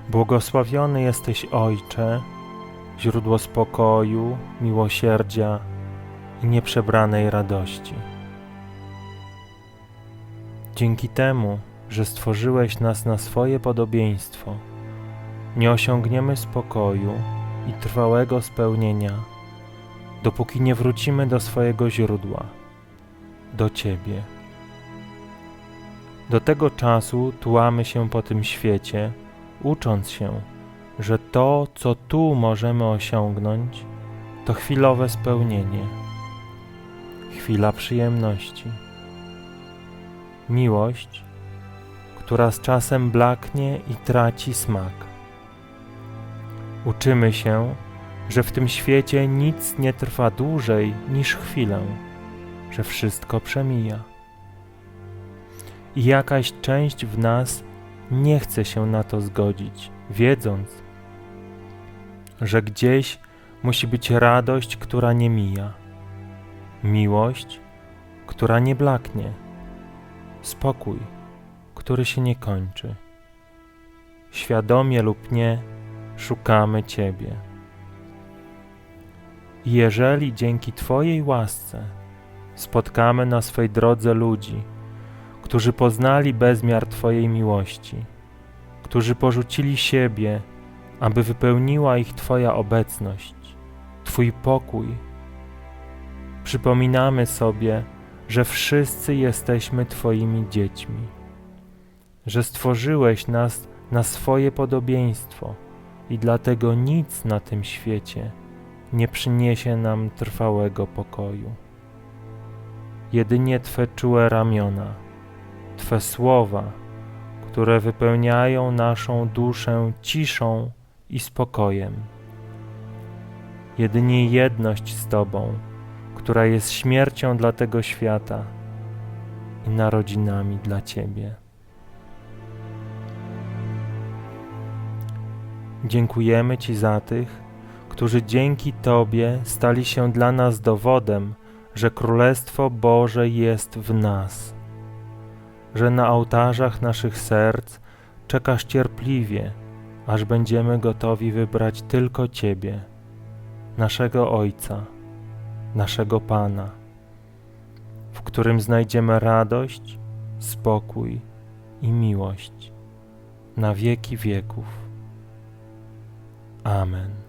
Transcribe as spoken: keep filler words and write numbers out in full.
Błogosławiony jesteś, Ojcze, źródło spokoju, miłosierdzia i nieprzebranej radości. Dzięki temu, że stworzyłeś nas na swoje podobieństwo, nie osiągniemy spokoju i trwałego spełnienia, dopóki nie wrócimy do swojego źródła, do Ciebie. Do tego czasu tułamy się po tym świecie, ucząc się, że to, co tu możemy osiągnąć, to chwilowe spełnienie, chwila przyjemności. Miłość, która z czasem blaknie i traci smak. Uczymy się, że w tym świecie nic nie trwa dłużej niż chwilę, że wszystko przemija. I jakaś część w nas nie chce się na to zgodzić, wiedząc, że gdzieś musi być radość, która nie mija, miłość, która nie blaknie, spokój, który się nie kończy. Świadomie lub nie, szukamy Ciebie. I jeżeli dzięki Twojej łasce spotkamy na swej drodze ludzi, którzy poznali bezmiar Twojej miłości, którzy porzucili siebie, aby wypełniła ich Twoja obecność, Twój pokój, przypominamy sobie, że wszyscy jesteśmy Twoimi dziećmi, że stworzyłeś nas na swoje podobieństwo i dlatego nic na tym świecie nie przyniesie nam trwałego pokoju. Jedynie Twe czułe ramiona, Twe słowa, które wypełniają naszą duszę ciszą i spokojem. Jedynie jedność z Tobą, która jest śmiercią dla tego świata i narodzinami dla Ciebie. Dziękujemy Ci za tych, którzy dzięki Tobie stali się dla nas dowodem, że Królestwo Boże jest w nas, że na ołtarzach naszych serc czekasz cierpliwie, aż będziemy gotowi wybrać tylko Ciebie, naszego Ojca, naszego Pana, w którym znajdziemy radość, spokój i miłość na wieki wieków. Amen.